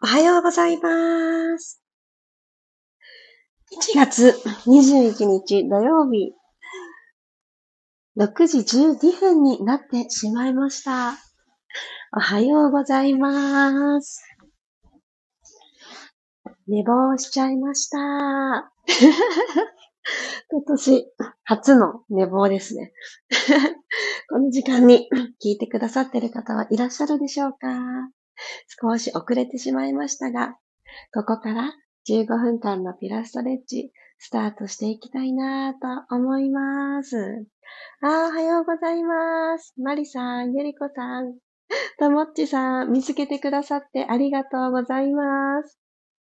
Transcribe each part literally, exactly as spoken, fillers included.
おはようございます。いちがつにじゅういちにち土曜日、ろくじじゅうにふんになってしまいました。おはようございます。寝坊しちゃいました。今年初の寝坊ですね。この時間に聞いてくださっている方はいらっしゃるでしょうか？少し遅れてしまいましたが、ここからじゅうごふんかんのピラストレッチスタートしていきたいなと思います。あー、おはようございます。マリさん、ゆりこさん、ともっちさん、見つけてくださってありがとうございます。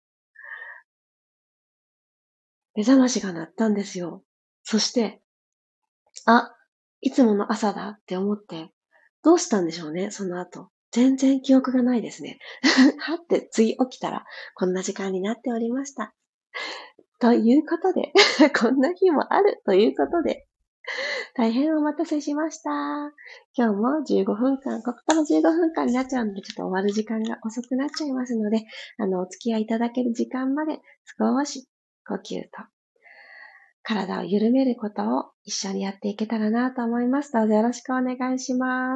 目覚ましが鳴ったんですよ。そして、あ、いつもの朝だって思って、どうしたんでしょうね、その後。全然記憶がないですね。はって次起きたら、こんな時間になっておりました。ということで、こんな日もあるということで、大変お待たせしました。今日もじゅうごふんかん、ここからじゅうごふんかんになっちゃうので、ちょっと終わる時間が遅くなっちゃいますので、あの、お付き合いいただける時間まで少し呼吸と体を緩めることを一緒にやっていけたらなと思います。どうぞよろしくお願いします。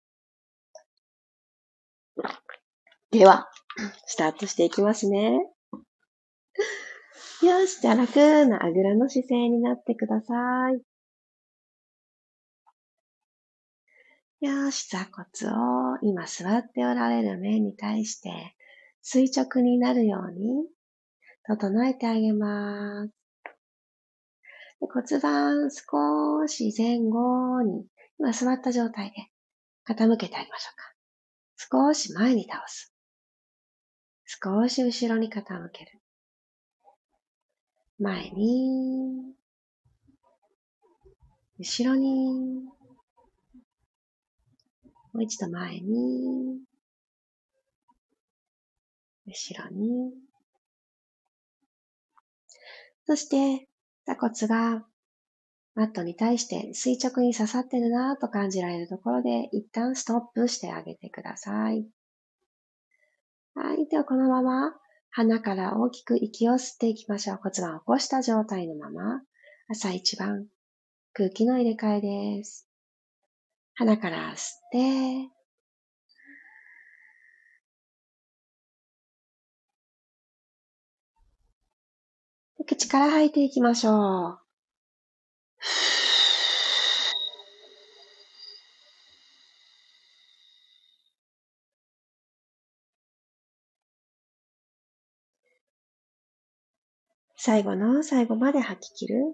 では、スタートしていきますね。よし、じゃあ楽なあぐらの姿勢になってください。よし、座骨を今座っておられる面に対して垂直になるように整えてあげます。で骨盤少し前後に今座った状態で傾けてあげましょうか。少し前に倒す。少し後ろに傾ける。前に、後ろに、もう一度前に、後ろに。そして、座骨がマットに対して垂直に刺さってるなぁと感じられるところで一旦ストップしてあげてください。はい。ではこのまま鼻から大きく息を吸っていきましょう。骨盤を起こした状態のまま朝一番空気の入れ替えです。鼻から吸って口から吐いていきましょう。最後の最後まで吐き切る。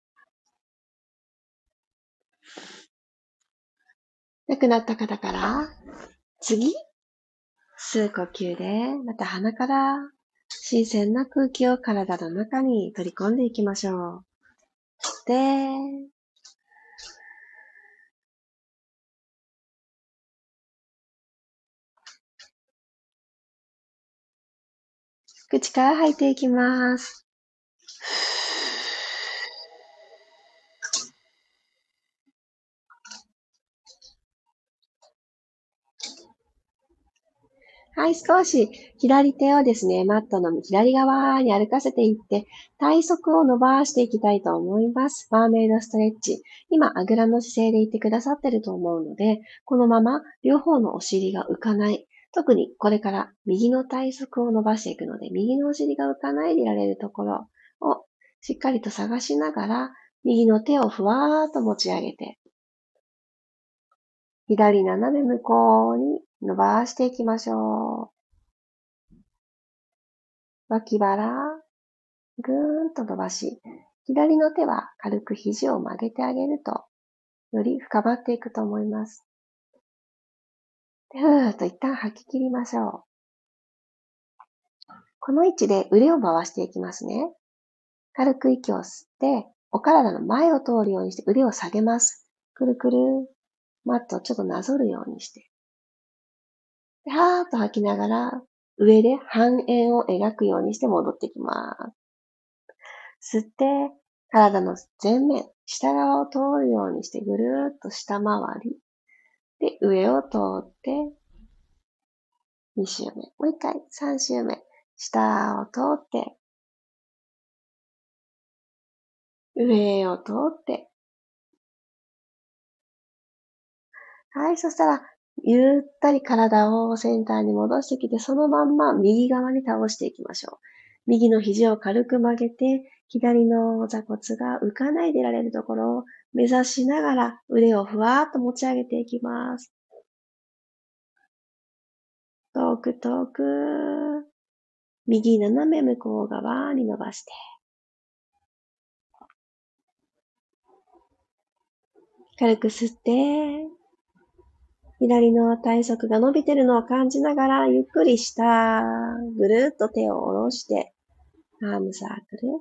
亡くなった方から次吸う呼吸でまた鼻から新鮮な空気を体の中に取り込んでいきましょう。で、口から吐いていきます。はい、少し左手をですね、マットの左側に歩かせていって、体側を伸ばしていきたいと思います。マーメイドストレッチ。今、あぐらの姿勢でいてくださってると思うので、このまま両方のお尻が浮かない。特にこれから右の体側を伸ばしていくので、右のお尻が浮かないでいられるところをしっかりと探しながら、右の手をふわーっと持ち上げて、左斜め向こうに伸ばしていきましょう。脇腹、ぐーんと伸ばし、左の手は軽く肘を曲げてあげると、より深まっていくと思います。でふーっと一旦吐き切りましょう。この位置で腕を回していきますね。軽く息を吸って、お体の前を通るようにして腕を下げます。くるくる、マットをちょっとなぞるようにして。ではーっと吐きながら、上で半円を描くようにして戻ってきます。吸って、体の前面、下側を通るようにしてぐるーっと下回り。で、上を通って、 に周目。もう一回、さん周目。下を通って、上を通って。はい、そしたら、ゆったり体をセンターに戻してきて、そのまんま右側に倒していきましょう。右の肘を軽く曲げて、左の座骨が浮かないでいられるところを目指しながら腕をふわーっと持ち上げていきます。遠く遠く、右斜め向こう側に伸ばして。軽く吸って、左の体側が伸びてるのを感じながら、ゆっくり下、ぐるっと手を下ろして、アームサークル。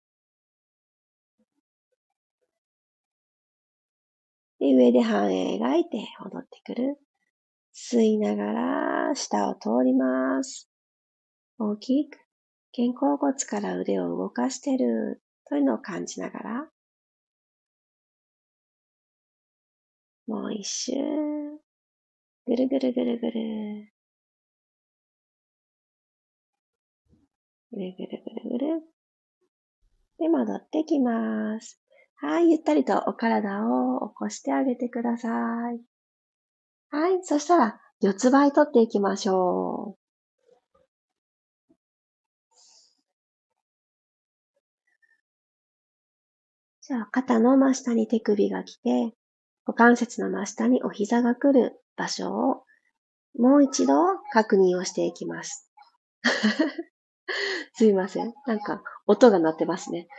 で、上で半円描いて戻ってくる。吸いながら下を通ります。大きく肩甲骨から腕を動かしてるというのを感じながら、もう一周、ぐるぐるぐるぐる、ぐるぐるぐるぐる。で、戻ってきます。はい、ゆったりとお体を起こしてあげてください。はい、そしたら、四つ倍取っていきましょう。じゃあ、肩の真下に手首が来て、股関節の真下にお膝が来る場所を、もう一度確認をしていきます。すいません。なんか、音が鳴ってますね。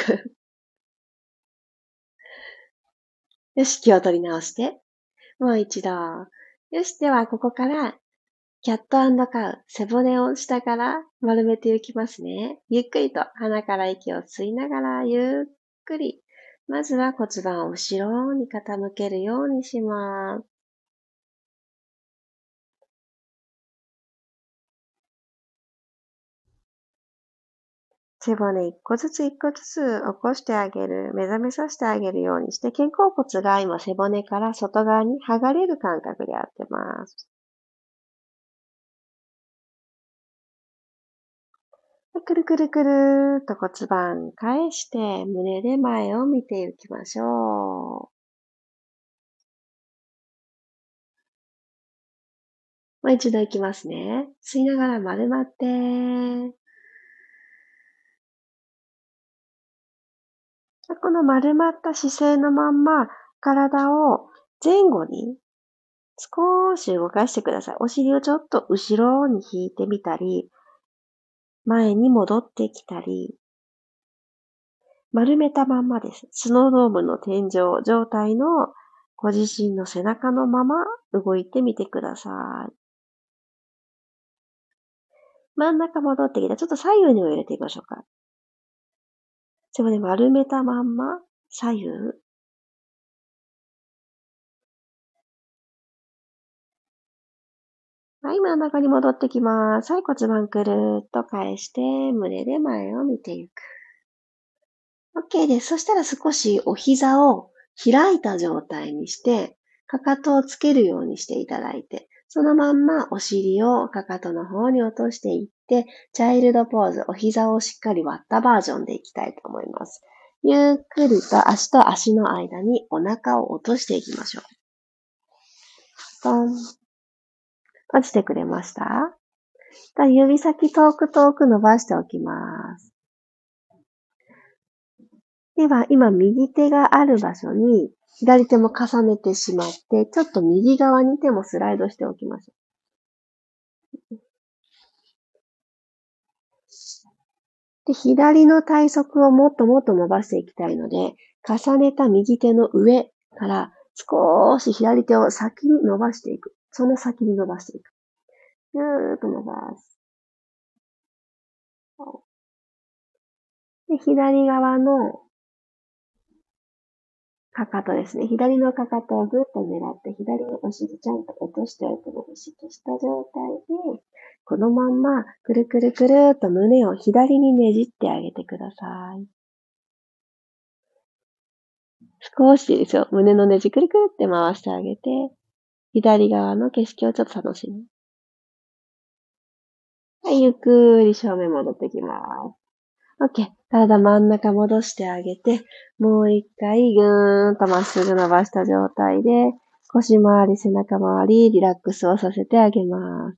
よし、気を取り直して。もう一度。よし、ではここから、キャット&カウ、背骨を下から丸めていきますね。ゆっくりと鼻から息を吸いながら、ゆっくり。まずは骨盤を後ろに傾けるようにします。背骨一個ずつ一個ずつ起こしてあげる、目覚めさせてあげるようにして、肩甲骨が今背骨から外側に剥がれる感覚でやってます。くるくるくるーっと骨盤返して、胸で前を見ていきましょう。もう一度いきますね。吸いながら丸まって、この丸まった姿勢のまんま、体を前後に少し動かしてください。お尻をちょっと後ろに引いてみたり、前に戻ってきたり、丸めたまんまです。スノードームの天井状態のご自身の背中のまま動いてみてください。真ん中戻ってきた。ちょっと左右にも入れてみましょうか。背骨丸めたまんま、左右。はい、真ん中に戻ってきます。はい、骨盤くるっと返して、胸で前を見ていく。OK です。そしたら少しお膝を開いた状態にして、かかとをつけるようにしていただいて、そのまんまお尻をかかとの方に落としていって、チャイルドポーズ、お膝をしっかり割ったバージョンでいきたいと思います。ゆっくりと足と足の間にお腹を落としていきましょう。トン。落ちてくれました？指先遠く遠く伸ばしておきます。では、今右手がある場所に左手も重ねてしまって、ちょっと右側に手もスライドしておきましょう。で、左の体側をもっともっと伸ばしていきたいので、重ねた右手の上から少し左手を先に伸ばしていく。その先に伸ばしていく。ぐーっと伸ばす。で、左側のかかとですね。左のかかとをぐっと狙って、左のお尻ちゃんと落としておくのを意識した状態で、このまんま、くるくるくるーっと胸を左にねじってあげてください。少しですよ。胸のねじくるくるって回してあげて、左側の景色をちょっと楽しむ。 はい、ゆっくり正面戻ってきます。OK。体真ん中戻してあげて、もう一回ぐーんとまっすぐ伸ばした状態で、腰回り、背中回り、リラックスをさせてあげます。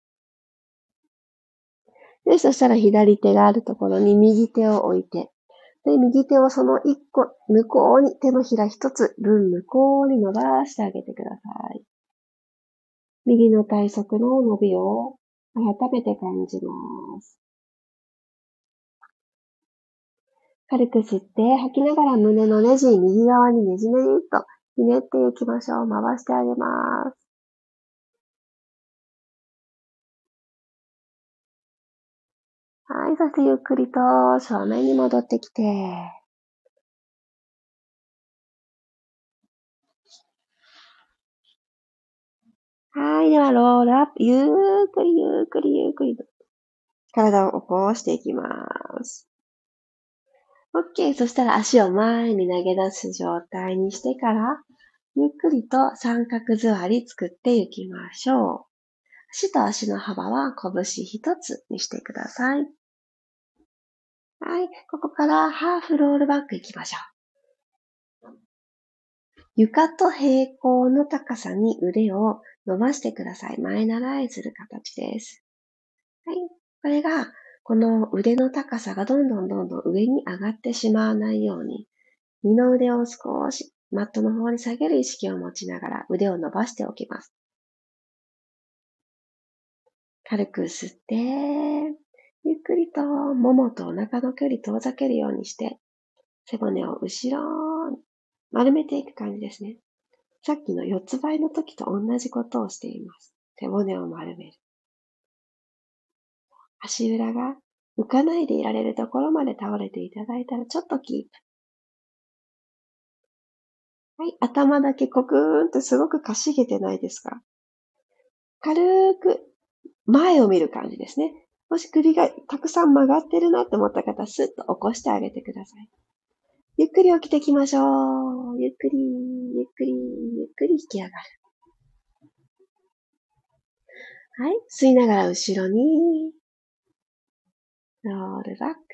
で、そしたら左手があるところに右手を置いて、で、右手をその一個、向こうに手のひら一つ分向こうに伸ばしてあげてください。右の体側の伸びを改めて感じます。軽く吸って吐きながら胸のネジ右側にねじねじっとひねっていきましょう。回してあげます。はい、そしてゆっくりと正面に戻ってきて、はい、ではロールアップ。ゆっくりゆっくりゆっくりと体を起こしていきます。OK。そしたら足を前に投げ出す状態にしてから、ゆっくりと三角座り作っていきましょう。足と足の幅は拳一つにしてください。はい。ここからハーフロールバックいきましょう。床と平行の高さに腕を伸ばしてください。前習いする形です。はい。これが、この腕の高さがどんどんどんどん上に上がってしまわないように、二の腕を少しマットの方に下げる意識を持ちながら腕を伸ばしておきます。軽く吸って、ゆっくりとももとお腹の距離遠ざけるようにして、背骨を後ろに丸めていく感じですね。さっきの四つ倍の時と同じことをしています。背骨を丸める。足裏が浮かないでいられるところまで倒れていただいたらちょっとキープ。はい、頭だけコクーンとすごくかしげてないですか？軽く前を見る感じですね。もし首がたくさん曲がってるなって思った方、スッと起こしてあげてください。ゆっくり起きてきましょう。ゆっくり、ゆっくり、ゆっくり引き上がる。はい。吸いながら後ろに、ロールバック。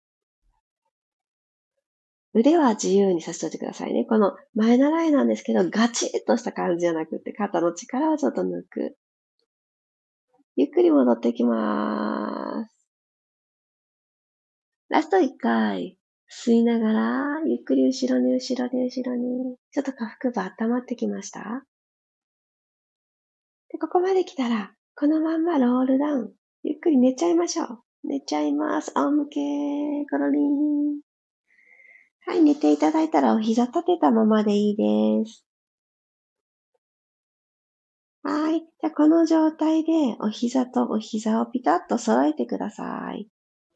腕は自由にさせておいてくださいね。この前習いなんですけど、ガチッとした感じじゃなくて、肩の力をちょっと抜く。ゆっくり戻ってきます。ラストいっかい。吸いながら、ゆっくり後ろに後ろに後ろに。ちょっと下腹部温まってきました？で、ここまで来たら、このまんまロールダウン。ゆっくり寝ちゃいましょう。寝ちゃいます。仰向け、ゴロリン。はい、寝ていただいたらお膝立てたままでいいです。はい。じゃあこの状態でお膝とお膝をピタッと揃えてください。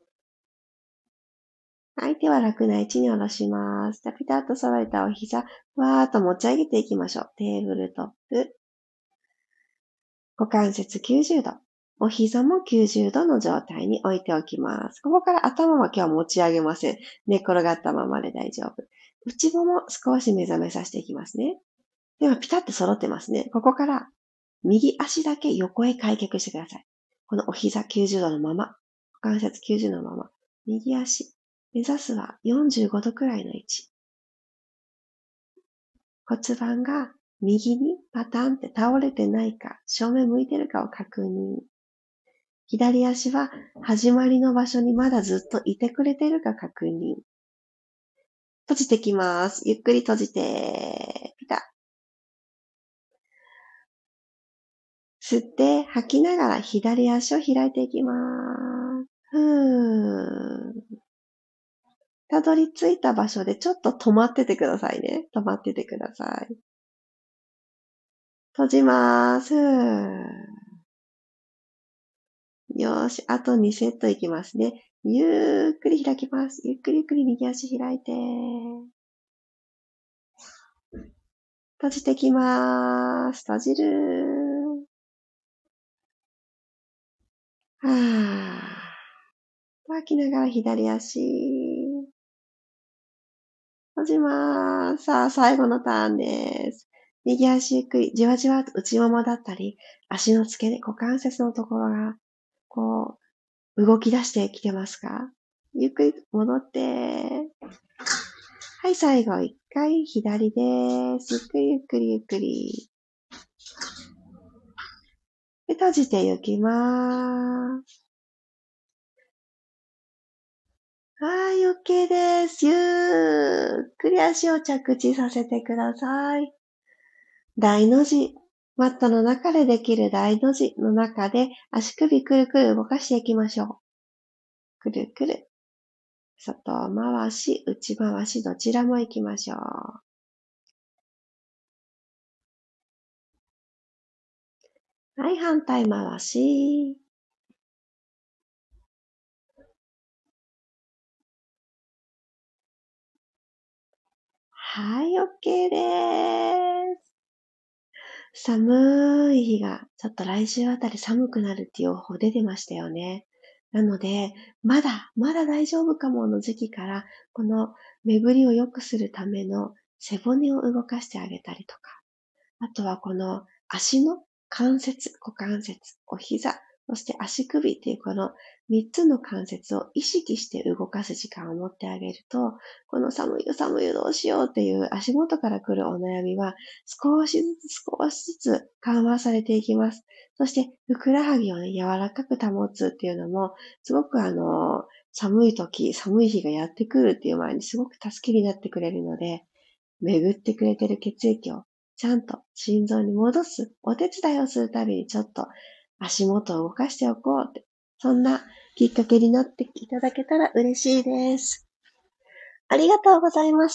はい。手は楽な位置に下ろします。じゃあピタッと揃えたお膝、わーっと持ち上げていきましょう。テーブルトップ。股関節きゅうじゅうど。お膝もきゅうじゅうどの状態に置いておきます。ここから頭は今日は持ち上げません。寝転がったままで大丈夫。内もも少し目覚めさせていきますね。ではピタッと揃ってますね。ここから右足だけ横へ開脚してください。このお膝きゅうじゅうどのまま、股関節きゅうじゅうどのまま、右足、目指すはよんじゅうごどくらいの位置。骨盤が右にパタンって倒れてないか、正面向いてるかを確認。左足は始まりの場所にまだずっといてくれてるか確認。閉じてきます。ゆっくり閉じて、ピタ。吸って吐きながら左足を開いていきます。ふー。たどり着いた場所でちょっと止まっててくださいね。止まっててください。閉じます。よし、あとにセットいきますね。ゆっくり開きます。ゆっくりゆっくり右足開いて。閉じてきます。閉じる。はぁ。吐きながら左足。閉じます。さあ、最後のターンです。右足ゆっくり、じわじわと内ももだったり、足の付け根、股関節のところがこう、動き出してきてますか？ゆっくり戻って。はい、最後一回左です。ゆっくりゆっくりゆっくり。で、閉じていきまーす。はい、OK です。ゆっくり足を着地させてください。大の字。マットの中でできる大の字の中で足首くるくる動かしていきましょう。くるくる。外回し、内回し、どちらも行きましょう。はい、反対回し。はい、OK です。寒い日が、ちょっと来週あたり寒くなるっていう予報出てましたよね。なので、まだ、まだ大丈夫かもの時期から、この巡りを良くするための背骨を動かしてあげたりとか、あとはこの足の関節、股関節、お膝、そして足首っていうこのみっつの関節を意識して動かす時間を持ってあげると、この寒いよ寒いよどうしようっていう足元から来るお悩みは少しずつ少しずつ緩和されていきます。そしてふくらはぎをね、柔らかく保つっていうのも、すごくあの、寒い時、寒い日がやってくるっていう前にすごく助けになってくれるので、巡ってくれてる血液をちゃんと心臓に戻すお手伝いをするたびにちょっと足元を動かしておこうって、そんなきっかけになっていただけたら嬉しいです。ありがとうございました。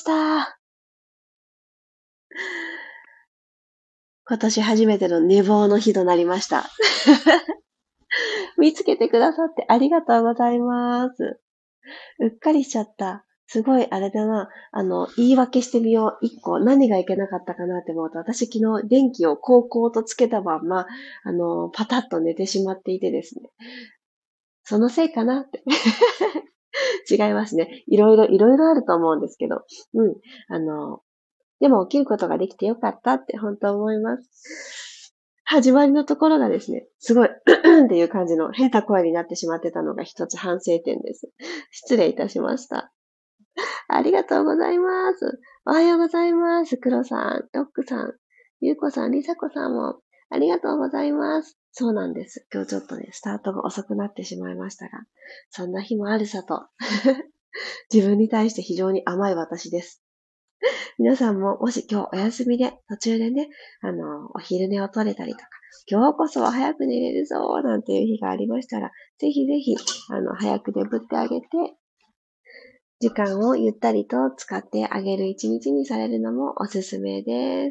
今年初めての寝坊の日となりました。見つけてくださってありがとうございます。うっかりしちゃった。すごい、あれだな。あの、言い訳してみよう。一個、何がいけなかったかなって思うと、私昨日電気をこうこうとつけたまんま、あの、パタッと寝てしまっていてですね。そのせいかなって。違いますね。いろいろ、いろいろあると思うんですけど。うん。あの、でも起きることができてよかったって本当思います。始まりのところがですね、すごい、っていう感じの変な声になってしまってたのが一つ反省点です。失礼いたしました。ありがとうございます。おはようございます。黒さん、ロックさん、ゆうこさん、りさこさんも、ありがとうございます。そうなんです。今日ちょっとね、スタートが遅くなってしまいましたが、そんな日もあるさと、自分に対して非常に甘い私です。皆さんも、もし今日お休みで、途中でね、あの、お昼寝を取れたりとか、今日こそは早く寝れるぞ、なんていう日がありましたら、ぜひぜひ、あの、早く眠ってあげて、時間をゆったりと使ってあげる一日にされるのもおすすめです。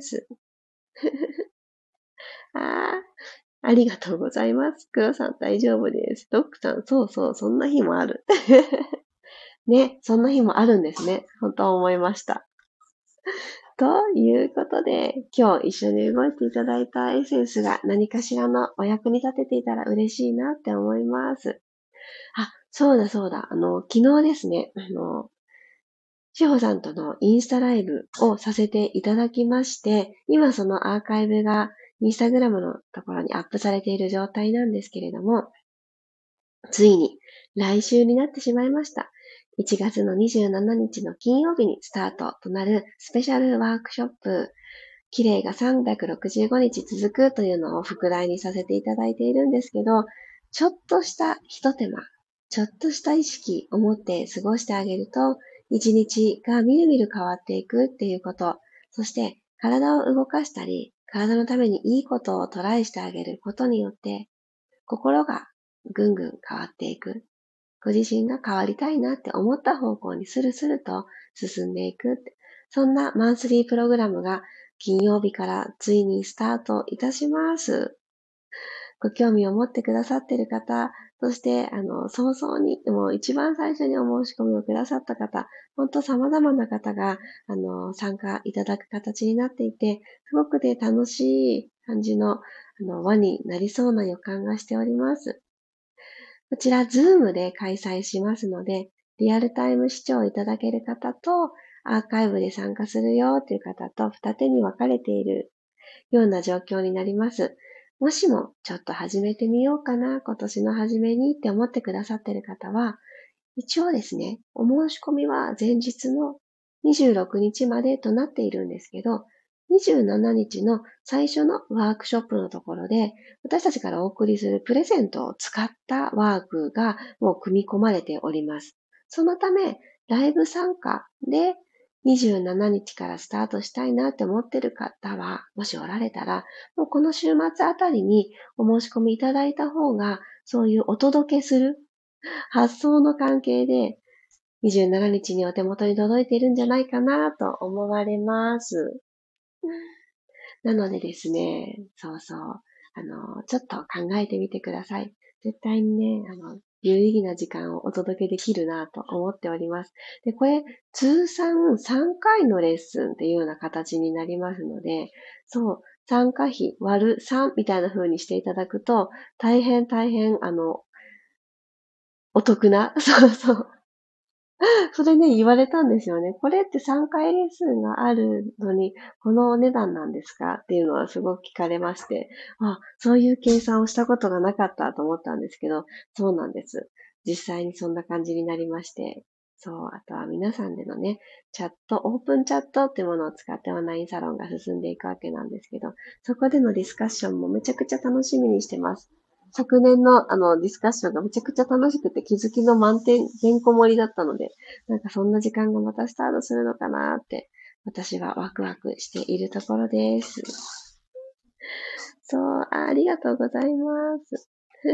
ああ、ありがとうございます。黒さん大丈夫です。ドックさん、そうそう、そんな日もある。ね、そんな日もあるんですね。本当思いました。ということで、今日一緒に動いていただいたエッセンスが何かしらのお役に立てていたら嬉しいなって思います。あ、そうだそうだ。あの、昨日ですね、あの、しほさんとのインスタライブをさせていただきまして、今そのアーカイブがインスタグラムのところにアップされている状態なんですけれども、ついに来週になってしまいました。いちがつのにじゅうしちにちの金曜日にスタートとなるスペシャルワークショップ、綺麗がさんびゃくろくじゅうごにち続くというのを副題にさせていただいているんですけど、ちょっとした一手間、ちょっとした意識を持って過ごしてあげると、一日がみるみる変わっていくっていうこと、そして体を動かしたり、体のためにいいことをトライしてあげることによって、心がぐんぐん変わっていく。ご自身が変わりたいなって思った方向にスルスルと進んでいくって。そんなマンスリープログラムが金曜日からついにスタートいたします。ご興味を持ってくださっている方、そして、あの、早々に、もう一番最初にお申し込みをくださった方、本当様々な方が、あの、参加いただく形になっていて、すごくね、楽しい感じの、あの、輪になりそうな予感がしております。こちら、ズームで開催しますので、リアルタイム視聴いただける方と、アーカイブで参加するよという方と二手に分かれているような状況になります。 もしもちょっと始めてみようかな、今年の初めにって思ってくださっている方は、一応ですね、お申し込みは前日のにじゅうろくにちまでとなっているんですけど、にじゅうしちにちの最初のワークショップのところで、私たちからお送りするプレゼントを使ったワークがもう組み込まれております。そのため、ライブ参加でにじゅうしちにちからスタートしたいなって思っている方は、もしおられたら、もうこの週末あたりにお申し込みいただいた方が、そういうお届けする発送の関係でにじゅうしちにちにお手元に届いているんじゃないかなと思われます。なのでですね、そうそう、あの、ちょっと考えてみてください。絶対にね、あの、有意義な時間をお届けできるなと思っております。で、これ、通算さんかいのレッスンっていうような形になりますので、そう、参加費割るさんみたいな風にしていただくと、大変大変、あの、お得な、そうそう。それね、言われたんですよね。これってさんかいレッスンがあるのに、このお値段なんですかっていうのはすごく聞かれまして、あ、そういう計算をしたことがなかったと思ったんですけど、そうなんです。実際にそんな感じになりまして、そう、あとは皆さんでのね、チャット、オープンチャットっていうものを使ってオンラインサロンが進んでいくわけなんですけど、そこでのディスカッションもめちゃくちゃ楽しみにしてます。昨年のあのディスカッションがめちゃくちゃ楽しくて気づきの満点、てんこ盛りだったので、なんかそんな時間がまたスタートするのかなって、私はワクワクしているところです。そう、あ、ありがとうございます。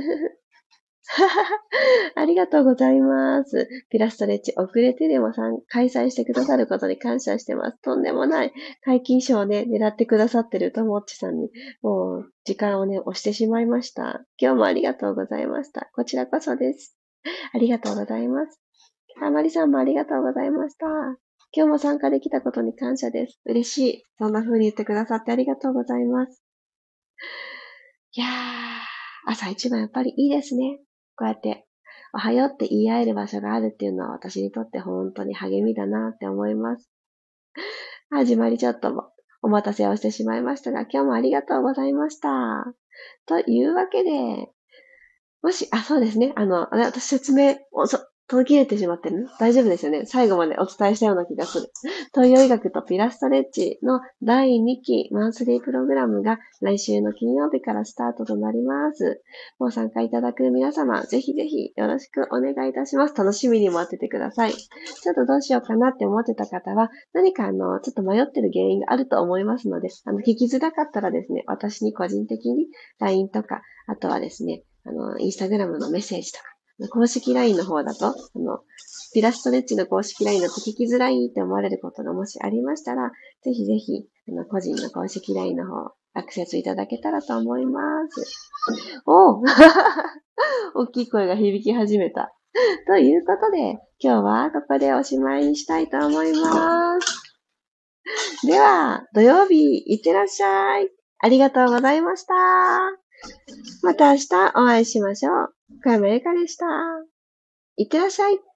ありがとうございます。ピラストレッチ遅れてでもさん開催してくださることに感謝してます。とんでもない解禁賞をね、狙ってくださってるともっちさんに、もう時間をね、押してしまいました。今日もありがとうございました。こちらこそです。ありがとうございます。あまりさんもありがとうございました。今日も参加できたことに感謝です。嬉しい。そんな風に言ってくださってありがとうございます。いやー、朝一番やっぱりいいですね。こうやって、おはようって言い合える場所があるっていうのは私にとって本当に励みだなって思います。始まりちょっともお待たせをしてしまいましたが、今日もありがとうございました。というわけで、もし、あ、そうですね。あの、あれ、私説明、おそ、途切れてしまってるの大丈夫ですよね。最後までお伝えしたような気がする。東洋医学とピラストレッチのだいにきマンスリープログラムが来週の金曜日からスタートとなります。もう参加いただく皆様、ぜひぜひよろしくお願いいたします。楽しみに待っててください。ちょっとどうしようかなって思ってた方は、何かあの、ちょっと迷ってる原因があると思いますので、あの、聞きづらかったらですね、私に個人的に ライン とか、あとはですね、あの、インスタグラムのメッセージとか、公式 ライン の方だと、あの、ピラストレッチの公式 ライン だと聞きづらいって思われることがもしありましたら、ぜひぜひ、あの、個人の公式 ライン の方、アクセスいただけたらと思います。お大きい声が響き始めた。ということで、今日はここでおしまいにしたいと思います。では、土曜日、いってらっしゃい。ありがとうございました。また明日お会いしましょう。小山由かでした。いってらっしゃい。